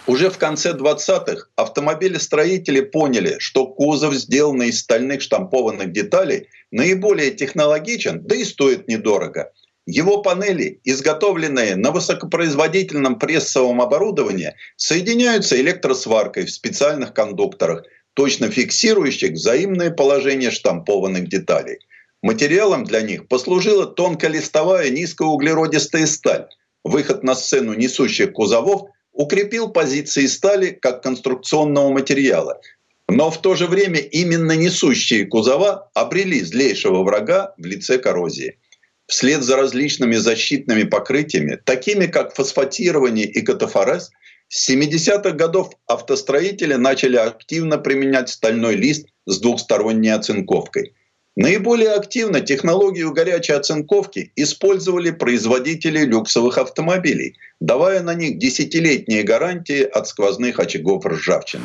Уже в конце двадцатых автомобилестроители поняли, что кузов, сделанный из стальных штампованных деталей, наиболее технологичен, да и стоит недорого. Его панели, изготовленные на высокопроизводительном прессовом оборудовании, соединяются электросваркой в специальных кондукторах, точно фиксирующих взаимное положение штампованных деталей. Материалом для них послужила тонколистовая низкоуглеродистая сталь. Выход на сцену несущих кузовов укрепил позиции стали как конструкционного материала. Но в то же время именно несущие кузова обрели злейшего врага в лице коррозии. Вслед за различными защитными покрытиями, такими как фосфатирование и катафорез, с семидесятых годов автостроители начали активно применять стальной лист с двухсторонней оцинковкой. Наиболее активно технологию горячей оцинковки использовали производители люксовых автомобилей, давая на них десятилетние гарантии от сквозных очагов ржавчины.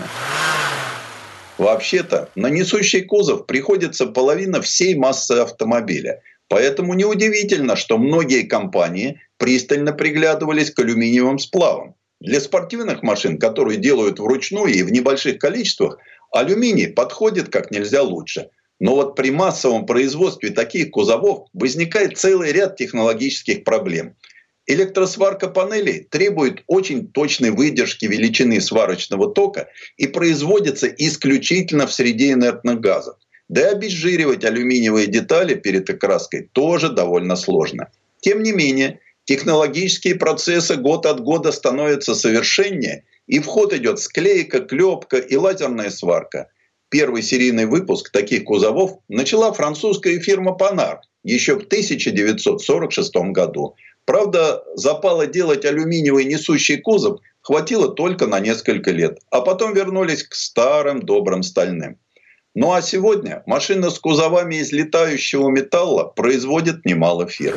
Вообще-то на несущий кузов приходится половина всей массы автомобиля. Поэтому неудивительно, что многие компании пристально приглядывались к алюминиевым сплавам. Для спортивных машин, которые делают вручную и в небольших количествах, алюминий подходит как нельзя лучше. Но вот при массовом производстве таких кузовов возникает целый ряд технологических проблем. Электросварка панелей требует очень точной выдержки величины сварочного тока и производится исключительно в среде инертных газов. Да и обезжиривать алюминиевые детали перед окраской тоже довольно сложно. Тем не менее, технологические процессы год от года становятся совершеннее, и в ход идет склейка, клепка и лазерная сварка. Первый серийный выпуск таких кузовов начала французская фирма Panhard еще в тысяча девятьсот сорок шестом году. Правда, запала делать алюминиевый несущий кузов хватило только на несколько лет, а потом вернулись к старым добрым стальным. Ну а сегодня машины с кузовами из летающего металла производят немало фирм.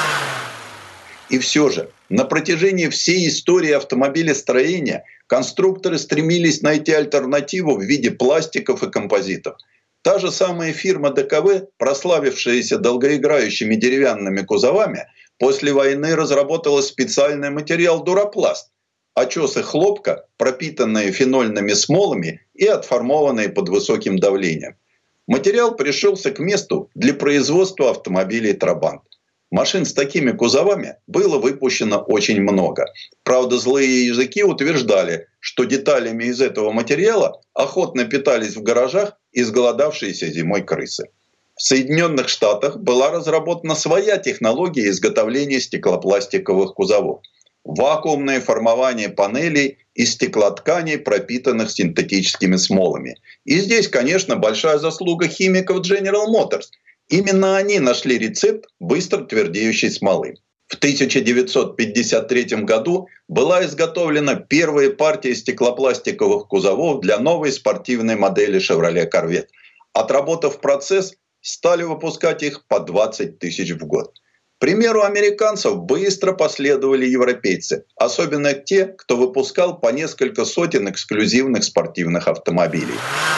И все же, на протяжении всей истории автомобилестроения конструкторы стремились найти альтернативу в виде пластиков и композитов. Та же самая фирма дэ ка вэ, прославившаяся долгоиграющими деревянными кузовами, после войны разработала специальный материал дуропласт, очесы хлопка, пропитанные фенольными смолами и отформованные под высоким давлением. Материал пришелся к месту для производства автомобилей «Трабант». Машин с такими кузовами было выпущено очень много. Правда, злые языки утверждали, что деталями из этого материала охотно питались в гаражах изголодавшиеся зимой крысы. В Соединенных Штатах была разработана своя технология изготовления стеклопластиковых кузовов. Вакуумное формование панелей из стеклотканей, пропитанных синтетическими смолами. И здесь, конечно, большая заслуга химиков General Motors. Именно они нашли рецепт быстро твердеющей смолы. В тысяча девятьсот пятьдесят третьем году была изготовлена первая партия стеклопластиковых кузовов для новой спортивной модели Chevrolet Corvette. Отработав процесс, стали выпускать их по двадцать тысяч в год. К примеру американцев быстро последовали европейцы, особенно те, кто выпускал по несколько сотен эксклюзивных спортивных автомобилей.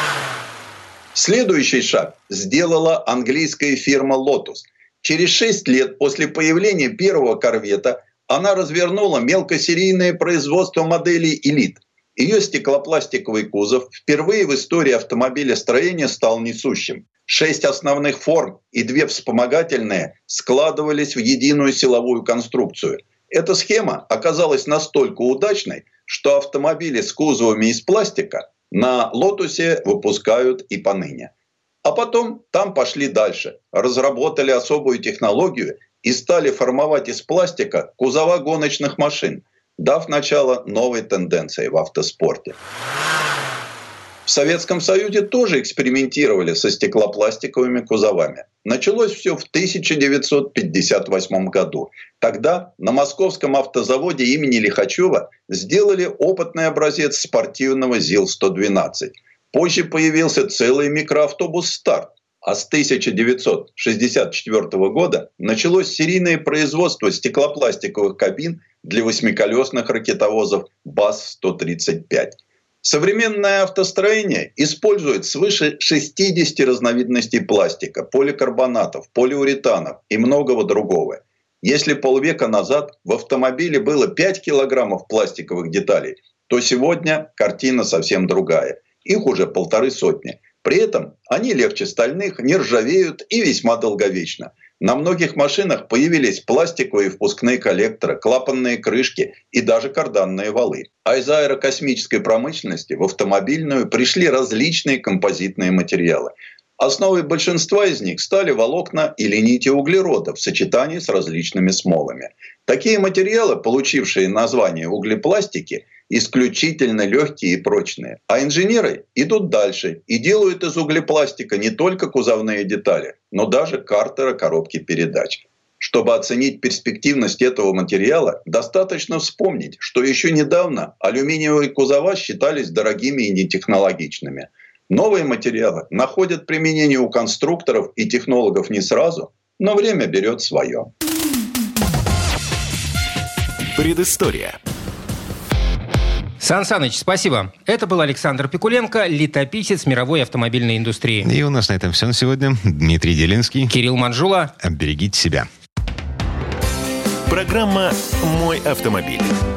Следующий шаг сделала английская фирма Lotus. Через шесть лет после появления первого корвета она развернула мелкосерийное производство моделей Elite. Ее стеклопластиковый кузов впервые в истории автомобилестроения стал несущим. Шесть основных форм и две вспомогательные складывались в единую силовую конструкцию. Эта схема оказалась настолько удачной, что автомобили с кузовами из пластика на «Лотусе» выпускают и поныне. А потом там пошли дальше. Разработали особую технологию и стали формовать из пластика кузова гоночных машин, дав начало новой тенденции в автоспорте. В Советском Союзе тоже экспериментировали со стеклопластиковыми кузовами. Началось все в тысяча девятьсот пятьдесят восьмом году. Тогда на московском автозаводе имени Лихачева сделали опытный образец спортивного ЗИЛ сто двенадцать. Позже появился целый микроавтобус «Старт». А с тысяча девятьсот шестьдесят четвёртого года началось серийное производство стеклопластиковых кабин для восьмиколесных ракетовозов БАЗ сто тридцать пять. Современное автостроение использует свыше шестидесяти разновидностей пластика, поликарбонатов, полиуретанов и многого другого. Если полвека назад в автомобиле было пять килограммов пластиковых деталей, то сегодня картина совсем другая. Их уже полторы сотни. При этом они легче стальных, не ржавеют и весьма долговечно. На многих машинах появились пластиковые впускные коллекторы, клапанные крышки и даже карданные валы. А из аэрокосмической промышленности в автомобильную пришли различные композитные материалы. Основой большинства из них стали волокна или нити углерода в сочетании с различными смолами. Такие материалы, получившие название углепластики, исключительно легкие и прочные. А инженеры идут дальше и делают из углепластика не только кузовные детали, но даже картеры коробки передач. Чтобы оценить перспективность этого материала, достаточно вспомнить, что еще недавно алюминиевые кузова считались дорогими и нетехнологичными. Новые материалы находят применение у конструкторов и технологов не сразу, но время берет свое. Предыстория. Сан Саныч, спасибо. Это был Александр Пикуленко, летописец мировой автомобильной индустрии. И у нас на этом все на сегодня. Дмитрий Делинский. Кирилл Манжула. Берегите себя. Программа «Мой автомобиль».